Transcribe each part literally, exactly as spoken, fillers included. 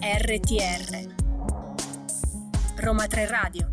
R T R Roma tre Radio.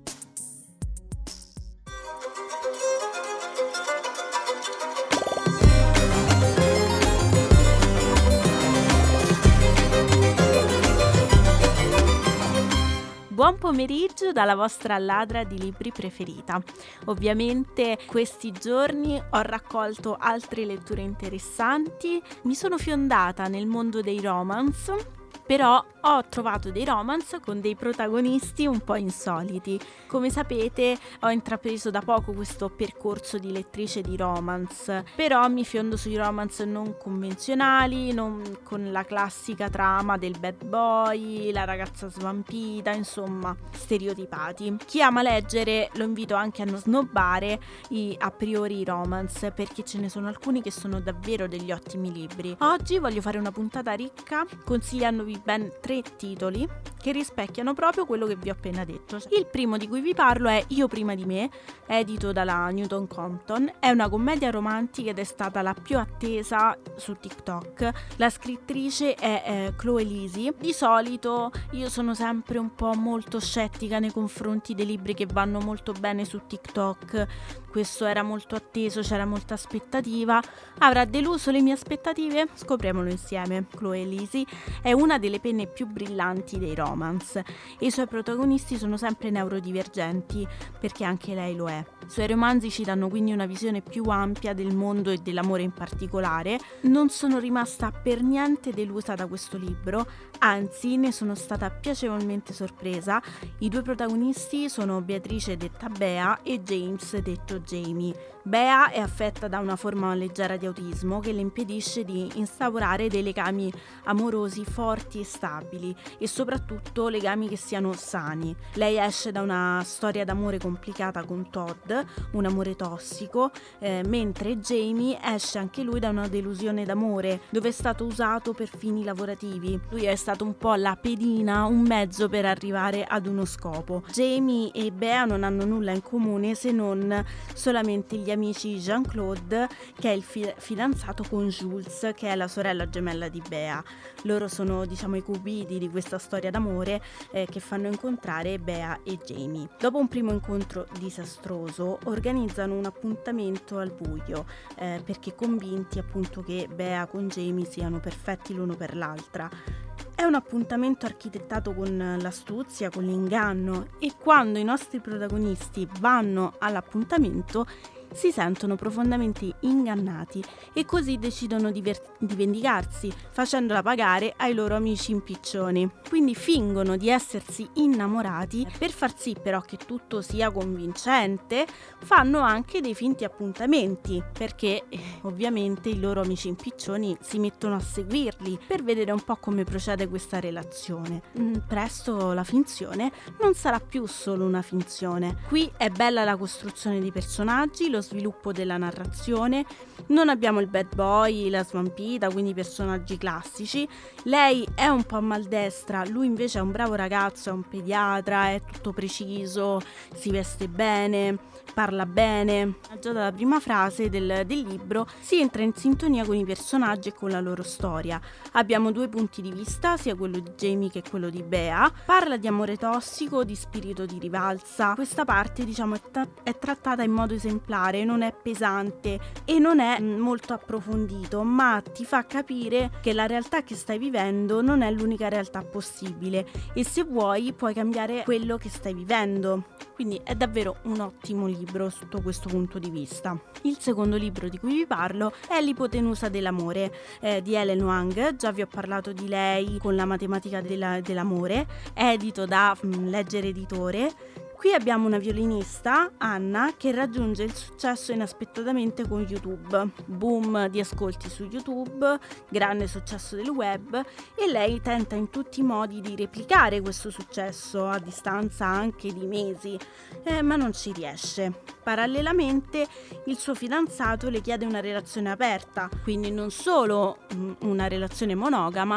Buon pomeriggio dalla vostra ladra di libri preferita. Ovviamente questi giorni ho raccolto altre letture interessanti, mi sono fiondata nel mondo dei romance, però ho trovato dei romance con dei protagonisti un po' insoliti. Come sapete, ho intrapreso da poco questo percorso di lettrice di romance, però mi fiondo sui romance non convenzionali, non con la classica trama del bad boy, la ragazza svampita, insomma, stereotipati. Chi ama leggere lo invito anche a non snobbare i a priori i romance, perché ce ne sono alcuni che sono davvero degli ottimi libri. Oggi voglio fare una puntata ricca, consigliandovi ben tre titoli che rispecchiano proprio quello che vi ho appena detto. Il primo di cui vi parlo è Io prima di me, edito dalla Newton Compton. È una commedia romantica ed è stata la più attesa su TikTok. La scrittrice è eh, Chloe Lisi. Di solito io sono sempre un po' molto scettica nei confronti dei libri che vanno molto bene su TikTok. Questo era molto atteso, c'era molta aspettativa. Avrà deluso le mie aspettative? Scopriamolo insieme. Chloe Lisi è una delle penne più brillanti dei romance e i suoi protagonisti sono sempre neurodivergenti, perché anche lei lo è. I suoi romanzi ci danno quindi una visione più ampia del mondo e dell'amore in particolare. Non sono rimasta per niente delusa da questo libro, anzi ne sono stata piacevolmente sorpresa. I due protagonisti sono Beatrice detta Bea e James detto Jamie. Bea è affetta da una forma leggera di autismo che le impedisce di instaurare dei legami amorosi forti e stabili, e soprattutto legami che siano sani. Lei esce da una storia d'amore complicata con Todd, un amore tossico, eh, mentre Jamie esce anche lui da una delusione d'amore dove è stato usato per fini lavorativi. Lui è stato un po' la pedina, un mezzo per arrivare ad uno scopo. Jamie e Bea non hanno nulla in comune se non solamente gli amici Jean-Claude, che è il fi- fidanzato con Jules, che è la sorella gemella di Bea. Loro sono, diciamo, i cupidi di questa storia d'amore eh, che fanno incontrare Bea e Jamie. Dopo un primo incontro disastroso, organizzano un appuntamento al buio eh, perché convinti appunto che Bea con Jamie siano perfetti l'uno per l'altra. È un appuntamento architettato con l'astuzia, con l'inganno, e quando i nostri protagonisti vanno all'appuntamento si sentono profondamente ingannati e così decidono di, ver- di vendicarsi, facendola pagare ai loro amici impiccioni. Quindi fingono di essersi innamorati. Per far sì però che tutto sia convincente, fanno anche dei finti appuntamenti, perché eh, ovviamente i loro amici impiccioni si mettono a seguirli per vedere un po' come procede questa relazione. Mm, presto la finzione non sarà più solo una finzione. Qui è bella la costruzione dei personaggi, lo sviluppo della narrazione. Non abbiamo il bad boy, la svampita, quindi personaggi classici. Lei è un po' maldestra, lui invece è un bravo ragazzo, è un pediatra, è tutto preciso, si veste bene, parla bene. Già dalla prima frase del, del libro si entra in sintonia con i personaggi e con la loro storia. Abbiamo due punti di vista, sia quello di Jamie che quello di Bea. Parla di amore tossico, di spirito di rivalsa. Questa parte, diciamo, è, ta- è trattata in modo esemplare, non è pesante e non è mh, molto approfondito, ma ti fa capire che la realtà che stai vivendo non è l'unica realtà possibile e se vuoi puoi cambiare quello che stai vivendo. Quindi è davvero un ottimo libro sotto questo punto di vista. Il secondo libro di cui vi parlo è L'ipotenusa dell'amore eh, di Helen Hoang. Già vi ho parlato di lei con La matematica della, dell'amore, edito da mh, Leggere Editore. Qui abbiamo una violinista, Anna, che raggiunge il successo inaspettatamente con YouTube. Boom di ascolti su YouTube, grande successo del web, e lei tenta in tutti i modi di replicare questo successo a distanza anche di mesi, eh, ma non ci riesce. Parallelamente il suo fidanzato le chiede una relazione aperta, quindi non solo una relazione monogama,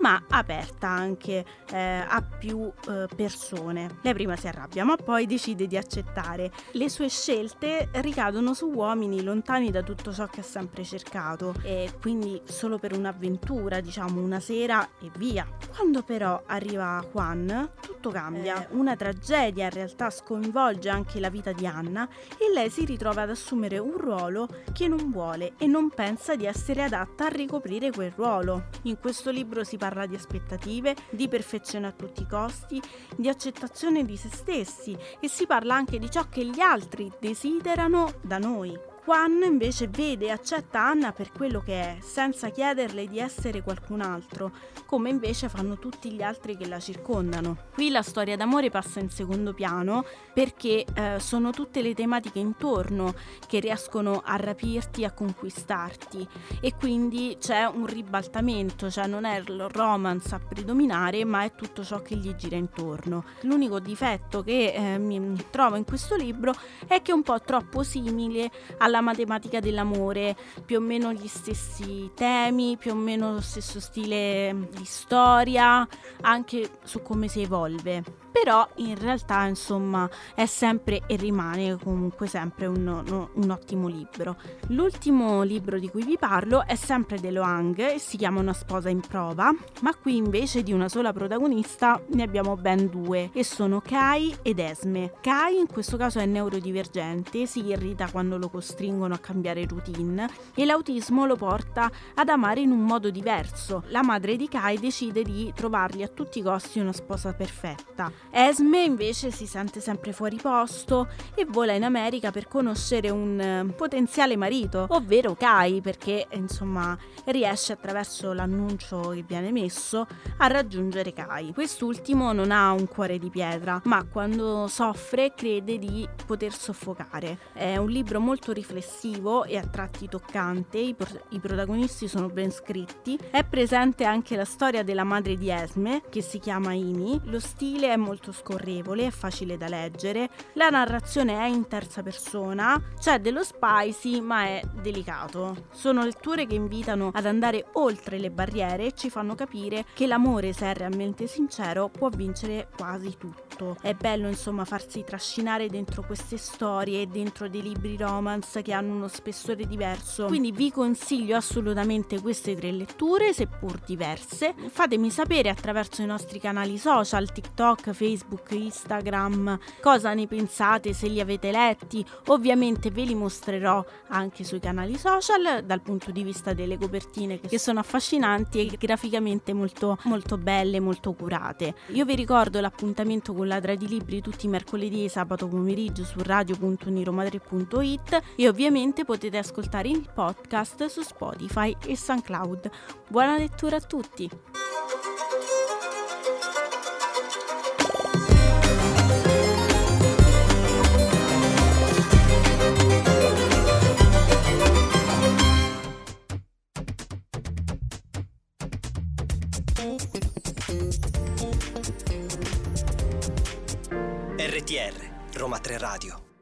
ma aperta anche eh, a più eh, persone. Lei prima si arrabbia, ma poi decide di accettare. Le sue scelte ricadono su uomini lontani da tutto ciò che ha sempre cercato, e quindi solo per un'avventura, diciamo una sera e via. Quando però arriva Juan, tutto cambia. Eh, una tragedia in realtà sconvolge anche la vita di Anna e lei si ritrova ad assumere un ruolo che non vuole e non pensa di essere adatta a ricoprire quel ruolo. In questo libro si parla di aspettative, di perfezione a tutti i costi, di accettazione di se stessi, e si parla anche di ciò che gli altri desiderano da noi. Juan invece vede e accetta Anna per quello che è, senza chiederle di essere qualcun altro, come invece fanno tutti gli altri che la circondano. Qui la storia d'amore passa in secondo piano perché eh, sono tutte le tematiche intorno che riescono a rapirti, a conquistarti, e quindi c'è un ribaltamento, cioè non è il romance a predominare, ma è tutto ciò che gli gira intorno. L'unico difetto che eh, mi trovo in questo libro è che è un po' troppo simile alla la matematica dell'amore, più o meno gli stessi temi, più o meno lo stesso stile di storia, anche su come si evolve. Però in realtà insomma è sempre e rimane comunque sempre un, un, un ottimo libro. L'ultimo libro di cui vi parlo è sempre dello Hang e si chiama Una sposa in prova, ma qui invece di una sola protagonista ne abbiamo ben due, e sono Kai ed Esme. Kai in questo caso è neurodivergente, si irrita quando lo costringono a cambiare routine e l'autismo lo porta ad amare in un modo diverso. La madre di Kai decide di trovargli a tutti i costi una sposa perfetta. Esme invece si sente sempre fuori posto e vola in America per conoscere un uh, potenziale marito, ovvero Kai, perché insomma riesce attraverso l'annuncio che viene messo a raggiungere Kai. Quest'ultimo non ha un cuore di pietra, ma quando soffre crede di poter soffocare. È un libro molto riflessivo e a tratti toccante, i, pro- i protagonisti sono ben scritti, è presente anche la storia della madre di Esme che si chiama Amy, lo stile è molto molto scorrevole, è facile da leggere, la narrazione è in terza persona, c'è dello spicy ma è delicato. Sono letture che invitano ad andare oltre le barriere e ci fanno capire che l'amore, se è realmente sincero, può vincere quasi tutto. È bello insomma farsi trascinare dentro queste storie, dentro dei libri romance che hanno uno spessore diverso, quindi vi consiglio assolutamente queste tre letture, seppur diverse. Fatemi sapere attraverso i nostri canali social, TikTok, Facebook, Instagram, cosa ne pensate, se li avete letti. Ovviamente ve li mostrerò anche sui canali social dal punto di vista delle copertine, che sono affascinanti e graficamente molto molto belle, molto curate. Io vi ricordo l'appuntamento con Ladra di Libri tutti i mercoledì e sabato pomeriggio su radio punto uniromadre punto it e ovviamente potete ascoltare il podcast su Spotify e SoundCloud. Buona lettura a tutti! R T R Roma tre Radio.